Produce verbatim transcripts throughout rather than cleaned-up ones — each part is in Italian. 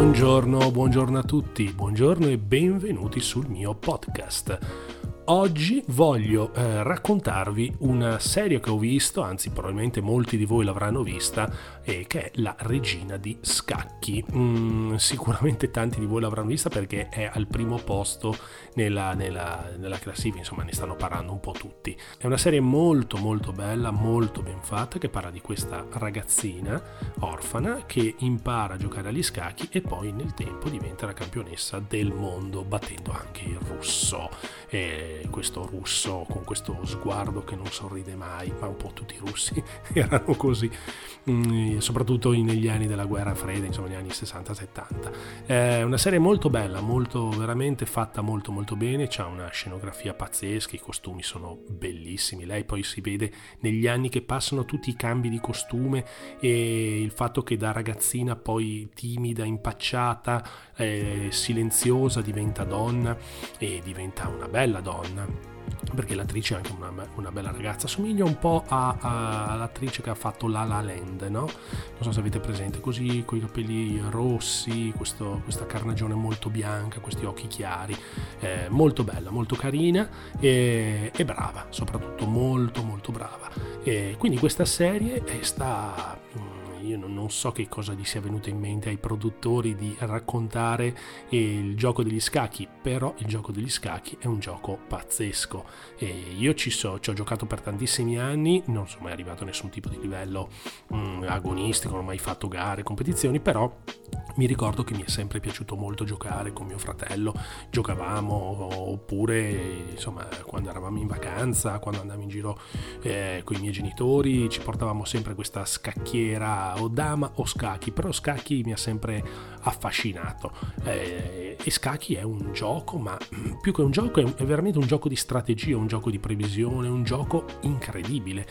Buongiorno, buongiorno a tutti, buongiorno e benvenuti sul mio podcast. Oggi voglio eh, raccontarvi una serie che ho visto, anzi probabilmente molti di voi l'avranno vista, e che è La Regina di Scacchi. Mm, sicuramente tanti di voi l'avranno vista perché è al primo posto nella, nella, nella classifica, insomma ne stanno parlando un po' tutti. È una serie molto molto bella, molto ben fatta, che parla di questa ragazzina orfana che impara a giocare agli scacchi e poi nel tempo diventa la campionessa del mondo, battendo anche il russo. E questo russo con questo sguardo che non sorride mai, ma un po' tutti i russi erano così, mm, soprattutto negli anni della guerra fredda, insomma negli anni sessanta settanta. È una serie molto bella, molto veramente fatta molto molto bene, c'ha una scenografia pazzesca, i costumi sono bellissimi, lei poi si vede negli anni che passano tutti i cambi di costume e il fatto che da ragazzina poi timida, impacciata, eh, silenziosa diventa donna e diventa una bella donna, perché l'attrice è anche una, una bella ragazza, somiglia un po' a, a, all'attrice che ha fatto La La Land, no? Non so se avete presente, così con i capelli rossi, questo, questa carnagione molto bianca, questi occhi chiari, eh, molto bella, molto carina e, e brava, soprattutto molto molto brava. E quindi questa serie è sta... io non so che cosa gli sia venuto in mente ai produttori di raccontare il gioco degli scacchi, però il gioco degli scacchi è un gioco pazzesco e io ci, so, ci ho giocato per tantissimi anni, non sono mai arrivato a nessun tipo di livello mh, agonistico, non ho mai fatto gare, competizioni, però mi ricordo che mi è sempre piaciuto molto giocare con mio fratello, giocavamo, oppure insomma quando eravamo in vacanza, quando andavamo in giro eh, con i miei genitori, ci portavamo sempre questa scacchiera o dama o scacchi, però scacchi mi ha sempre affascinato eh, e scacchi è un gioco, ma più che un gioco è, un, è veramente un gioco di strategia, un gioco di previsione, un gioco incredibile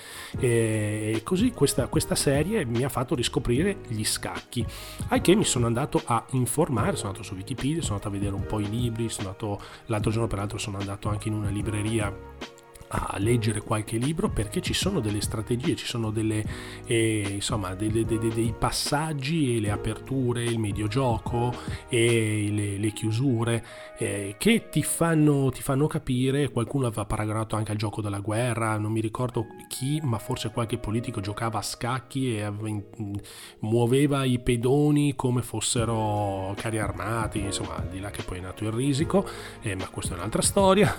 e così questa, questa serie mi ha fatto riscoprire gli scacchi, al che mi sono andato a informare, sono andato su Wikipedia, sono andato a vedere un po' i libri, sono andato l'altro giorno peraltro sono andato anche in una libreria a leggere qualche libro, perché ci sono delle strategie, ci sono delle eh, insomma delle, dei, dei passaggi, le aperture, il mediogioco e le, le chiusure eh, che ti fanno ti fanno capire. Qualcuno aveva paragonato anche al gioco della guerra, non mi ricordo chi, ma forse qualche politico giocava a scacchi e aveva, muoveva i pedoni come fossero carri armati, insomma al di là che poi è nato il risico, eh, ma questa è un'altra storia.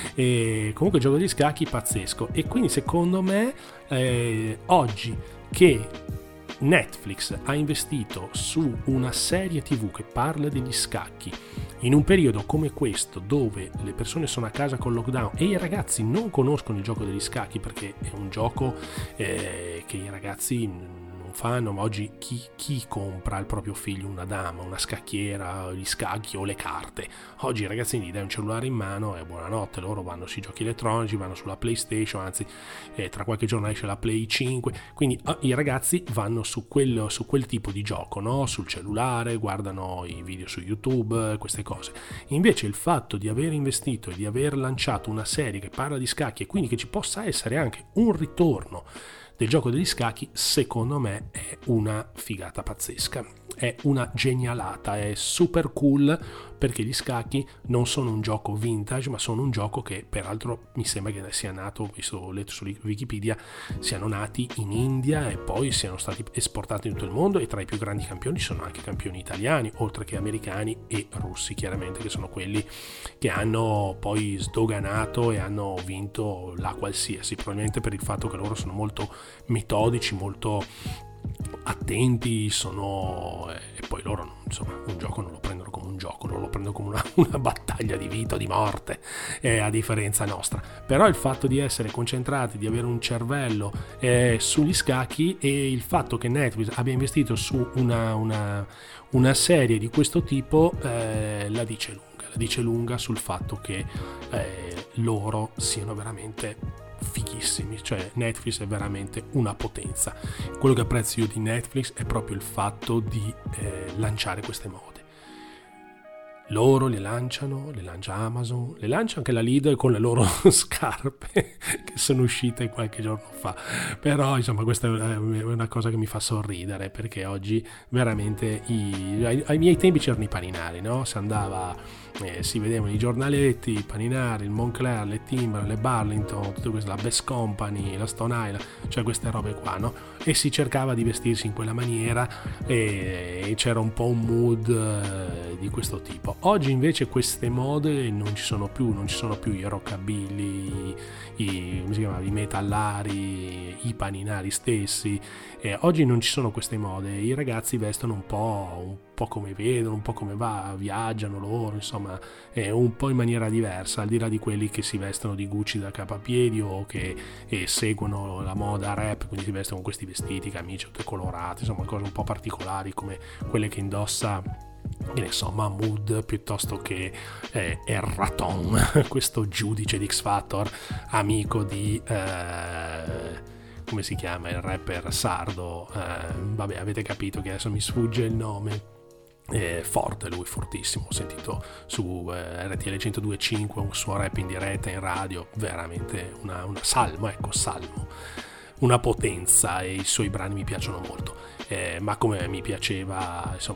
E comunque il gioco di scacchi pazzesco, e quindi secondo me eh, oggi che Netflix ha investito su una serie tv che parla degli scacchi in un periodo come questo dove le persone sono a casa con lockdown e i ragazzi non conoscono il gioco degli scacchi, perché è un gioco eh, che i ragazzi fanno, ma oggi chi, chi compra al proprio figlio una dama, una scacchiera, gli scacchi o le carte? Oggi i ragazzini gli dai un cellulare in mano e buonanotte, loro vanno sui giochi elettronici, vanno sulla PlayStation, anzi eh, tra qualche giorno esce la Play cinque, quindi eh, i ragazzi vanno su quel, su quel tipo di gioco, no? Sul cellulare, guardano i video su YouTube, queste cose. Invece il fatto di aver investito e di aver lanciato una serie che parla di scacchi e quindi che ci possa essere anche un ritorno del gioco degli scacchi, secondo me è una figata pazzesca, è una genialata, è super cool, perché gli scacchi non sono un gioco vintage, ma sono un gioco che peraltro mi sembra che sia nato, visto ho letto su Wikipedia, siano nati in India e poi siano stati esportati in tutto il mondo, e tra i più grandi campioni ci sono anche campioni italiani, oltre che americani e russi chiaramente, che sono quelli che hanno poi sdoganato e hanno vinto la qualsiasi, probabilmente per il fatto che loro sono molto metodici, molto attenti, sono e poi loro insomma un gioco non lo prendono come un gioco, non lo prendono come una, una battaglia di vita o di morte, eh, a differenza nostra. Però il fatto di essere concentrati, di avere un cervello eh, sugli scacchi, e il fatto che Netflix abbia investito su una, una, una serie di questo tipo eh, la dice lunga, la dice lunga sul fatto che eh, loro siano veramente fighissimi, cioè Netflix è veramente una potenza. Quello che apprezzo io di Netflix è proprio il fatto di eh, lanciare queste mode. loro le lanciano, le lancia Amazon, le lancia anche la Lidl con le loro scarpe che sono uscite qualche giorno fa. Però insomma questa è una cosa che mi fa sorridere, perché oggi veramente i, ai, ai miei tempi c'erano i paninari, no? Si andava, eh, si vedevano i giornaletti, i paninari, il Moncler, le Timber, le Burlington, tutte queste, la Best Company, la Stone Island, cioè queste robe qua, no? E si cercava di vestirsi in quella maniera e, e c'era un po' un mood eh, di questo tipo. Oggi invece queste mode non ci sono più, non ci sono più i rockabilly, i, come si chiama, i metallari, i paninari stessi. Eh, oggi non ci sono queste mode, i ragazzi vestono un po', un po' come vedono, un po' come va, viaggiano loro, insomma, eh, un po' in maniera diversa, al di là di quelli che si vestono di Gucci da capo a piedi o che eh, seguono la moda rap, quindi si vestono con questi vestiti, camicie tutte colorate, insomma cose un po' particolari come quelle che indossa, che ne so, Mahmood piuttosto che eh, Erraton, questo giudice di X Factor, amico di eh, come si chiama il rapper sardo, eh, vabbè, avete capito che adesso mi sfugge il nome. È forte lui, fortissimo, ho sentito su eh, R T L centodue e cinque un suo rap in diretta in radio, veramente una, una salmo, ecco, salmo, una potenza, e i suoi brani mi piacciono molto, eh, ma come mi piaceva insomma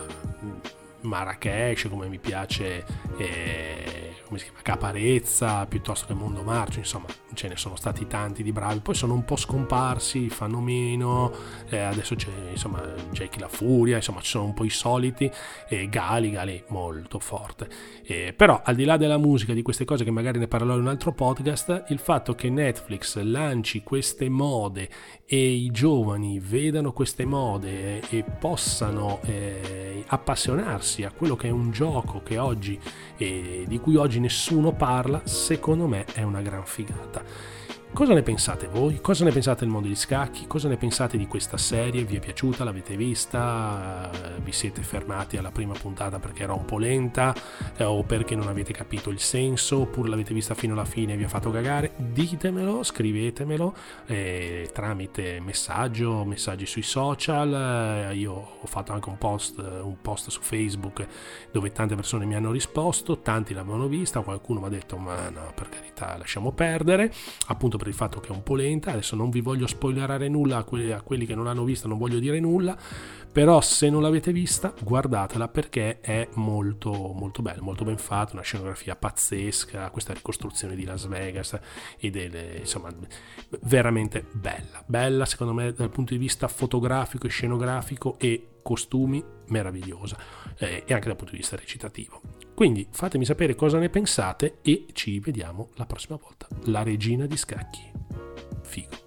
Marrakesh, come mi piace eh, come si chiama, Caparezza, piuttosto che Mondo Marcio, insomma ce ne sono stati tanti di bravi, poi sono un po' scomparsi, fanno meno, eh, adesso c'è insomma Jackie La Furia, insomma ci sono un po' i soliti, e Gali, Gali molto forte, eh, però al di là della musica, di queste cose che magari ne parlerò in un altro podcast, il fatto che Netflix lanci queste mode e i giovani vedano queste mode e, e possano eh, appassionarsi a quello che è un gioco che oggi eh, di cui oggi nessuno parla, secondo me è una gran figata. Cosa ne pensate voi? Cosa ne pensate del mondo degli scacchi? Cosa ne pensate di questa serie? Vi è piaciuta? L'avete vista? Vi siete fermati alla prima puntata perché era un po' lenta eh, o perché non avete capito il senso, oppure l'avete vista fino alla fine e vi ha fatto cagare? Ditemelo, scrivetemelo eh, tramite messaggio, messaggi sui social. Eh, io ho fatto anche un post, un post su Facebook dove tante persone mi hanno risposto, tanti l'avevano vista, qualcuno mi ha detto ma no, per carità, lasciamo perdere, appunto per il fatto che è un po' lenta. Adesso non vi voglio spoilerare nulla a quelli, a quelli che non l'hanno vista, non voglio dire nulla, però se non l'avete vista guardatela perché è molto molto bella, molto ben fatta, una scenografia pazzesca, questa ricostruzione di Las Vegas e delle, insomma veramente bella, bella secondo me dal punto di vista fotografico e scenografico, e costumi meravigliosa, eh, e anche dal punto di vista recitativo. Quindi fatemi sapere cosa ne pensate e ci vediamo la prossima volta. La regina di scacchi. Figo.